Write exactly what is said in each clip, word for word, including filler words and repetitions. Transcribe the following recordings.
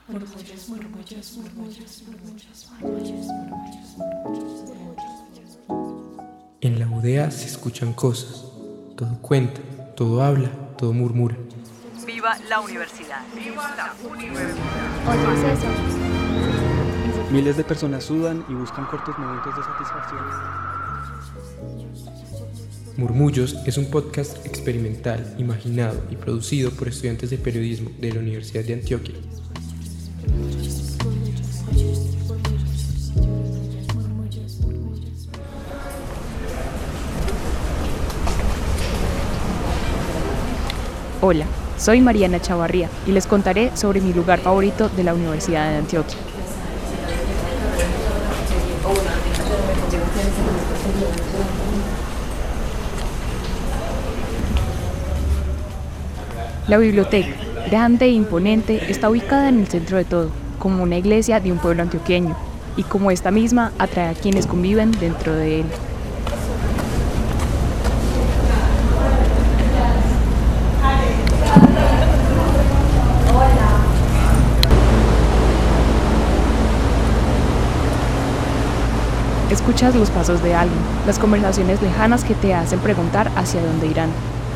Murmullos, murmullos, murmullos, murmullos, murmullos, murmullos, murmullos, murmullos. En la U D A se escuchan cosas, todo cuenta, todo habla, todo murmura. ¡Viva la universidad! ¡Viva la universidad! Oye, César. Miles de personas sudan y buscan cortos momentos de satisfacción. Murmullos es un podcast experimental, imaginado y producido por estudiantes de periodismo de la Universidad de Antioquia. Hola, soy Mariana Chavarría y les contaré sobre mi lugar favorito de la Universidad de Antioquia. La biblioteca, grande e imponente, está ubicada en el centro de todo, como una iglesia de un pueblo antioqueño, y como esta misma atrae a quienes conviven dentro de él. Escuchas los pasos de alguien, las conversaciones lejanas que te hacen preguntar hacia dónde irán.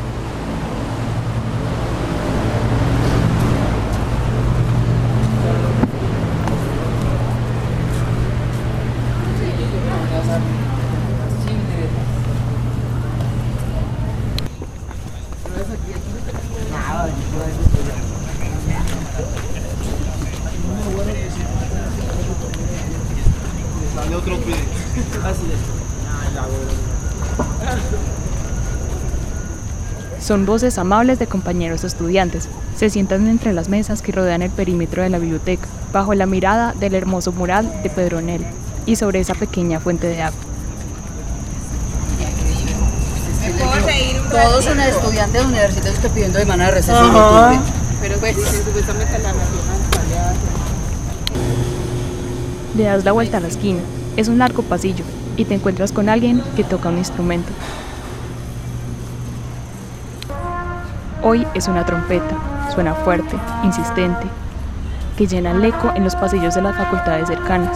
Son voces amables de compañeros estudiantes. Se sientan entre las mesas que rodean el perímetro de la biblioteca, bajo la mirada del hermoso mural de Pedronel y sobre esa pequeña fuente de agua. Todos son estudiantes universitarios que pidiendo de manera de receso en octubre. Pero pues, supuestamente la nacional. Le das la vuelta a la esquina. Es un largo pasillo y te encuentras con alguien que toca un instrumento. Hoy es una trompeta, suena fuerte, insistente, que llena el eco en los pasillos de las facultades cercanas.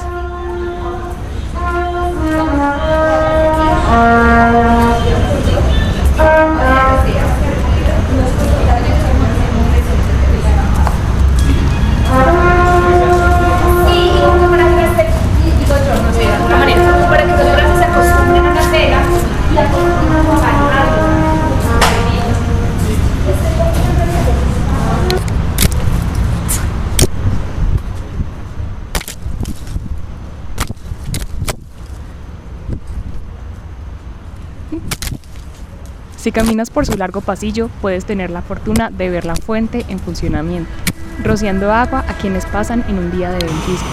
Si caminas por su largo pasillo, puedes tener la fortuna de ver la fuente en funcionamiento, rociando agua a quienes pasan en un día de ventisca.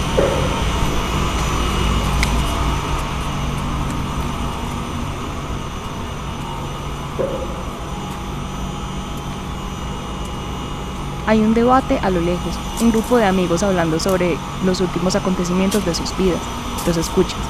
Hay un debate a lo lejos, un grupo de amigos hablando sobre los últimos acontecimientos de sus vidas. Los escuchas.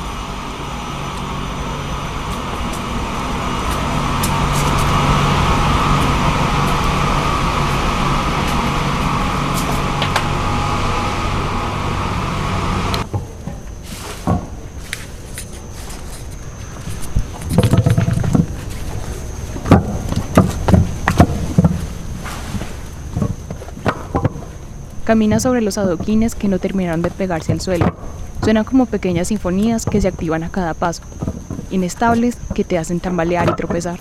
Camina sobre los adoquines que no terminaron de pegarse al suelo. Suenan como pequeñas sinfonías que se activan a cada paso, inestables que te hacen tambalear y tropezar.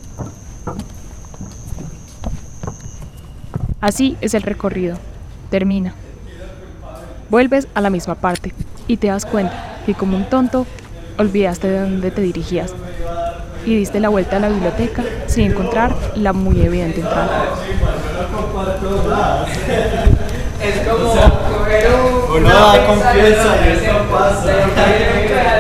Así es el recorrido. Termina. Vuelves a la misma parte y te das cuenta que como un tonto olvidaste de dónde te dirigías y diste la vuelta a la biblioteca sin encontrar la muy evidente entrada. Es como coger un... Uno da confianza y eso pasa.